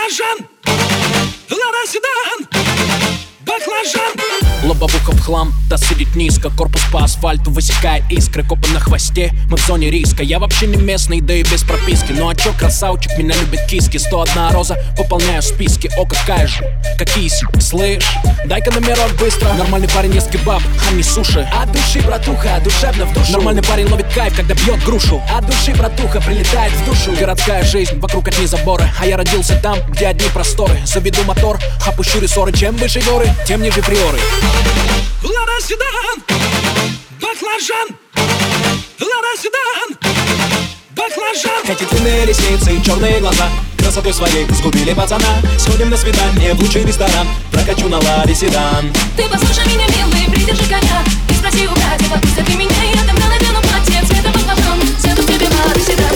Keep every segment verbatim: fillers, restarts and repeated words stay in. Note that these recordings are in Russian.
Баклажан, Лада седан, баклажан. Лобовуха в хлам, да сидит низко. Корпус по асфальту высекает искры. Копы на хвосте, мы в зоне риска. Я вообще не местный, да и без прописки. Ну а чё, красавчик, меня любит киски. Сто одна роза, пополняю списки. О, какая же, какие си, слышь. Дай-ка номерок быстро. Нормальный парень ест кебаб, а не суши. От души, братуха, душевно в душу. Нормальный парень ловит кайф, когда бьет грушу. От души, братуха, прилетает в душу. Городская жизнь, вокруг одни заборы. А я родился там, где одни просторы. Заведу мотор, опущу рессоры. Чем выше горы, тем не виприоры. Лада седан, баклажан, Лада седан, баклажан. Эти длинные ресницы и черные глаза красотой своей сгубили пацана. Сходим на свидание в лучший ресторан. Прокачу на Ладе седан. Ты послушай меня, милый, придержи коня и спроси у братьев, отпустят ли меня. Я там надену платье цвета баклажан. Сяду в тебе в Ладе седан.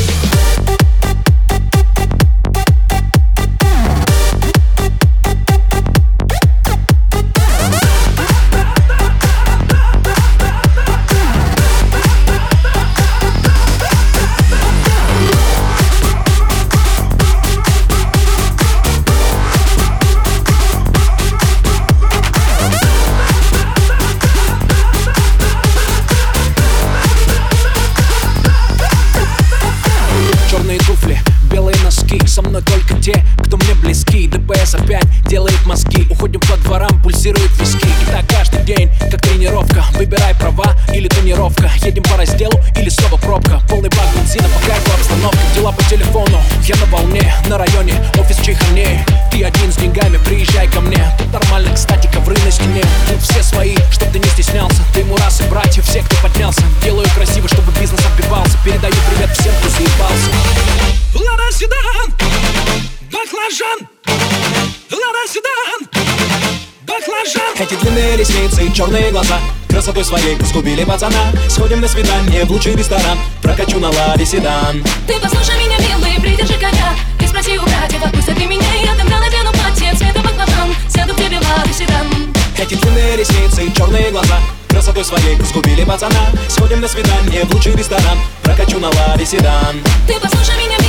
Со мной только те, кто мне близки. ДПС опять делает мозги. Уходим по дворам, пульсируют виски. И так каждый день, как тренировка. Выбирай права или тонировка. Едем по разделу или снова пробка. Полный бак бензина, по кайфу обстановка. Дела по телефону, я на волне. На районе, офис в Чайхане. Ты один с деньгами, приезжай ко мне. Тут нормально, кстати, ковры на стене. Тут все свои, чтоб ты не стеснялся. Ты Мурас и братья, все, кто поднялся. Делаю красиво, чтобы бизнес отбивался. Передаю привет всем, кто заебался. Лада седан, баклажан, Лада седан, баклажан. Эти длинные ресницы и черные глаза красотой своей сгубили пацана. Сходим на свидание в лучший ресторан. Прокачу на Ладе седан. Ты послушай меня, милый, придержи коня и спроси у братьев, отпустят ли меня. Я тогда надену платье цвета баклажан. Сяду в тебе в Ладе седан. Эти длинные ресницы и черные глаза красотой своей сгубили пацана. Сходим на свидание в лучший ресторан. Прокачу на Ладе седан. Ты послушай меня,